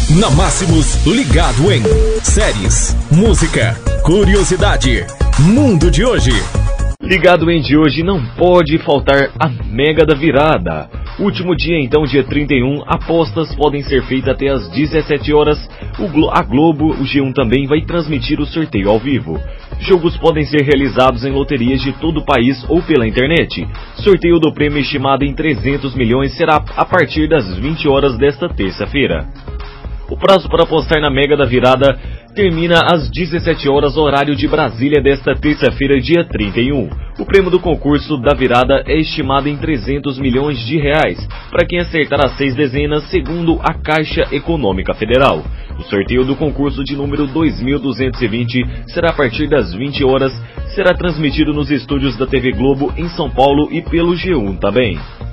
Na Máximos, ligado em séries, música, curiosidade, mundo de hoje. Ligado em de hoje não pode faltar a Mega da Virada. Último dia então, dia 31, apostas podem ser feitas até às 17 horas. A Globo, o G1 também vai transmitir o sorteio ao vivo. Jogos podem ser realizados em loterias de todo o país ou pela internet. Sorteio do prêmio estimado em 300 milhões será a partir das 20 horas desta terça-feira. O prazo para apostar na Mega da Virada termina às 17 horas, horário de Brasília, desta terça-feira, dia 31. O prêmio do concurso da virada é estimado em 300 milhões de reais, para quem acertar as 6 dezenas, segundo a Caixa Econômica Federal. O sorteio do concurso de número 2220 será a partir das 20 horas, será transmitido nos estúdios da TV Globo em São Paulo e pelo G1 também.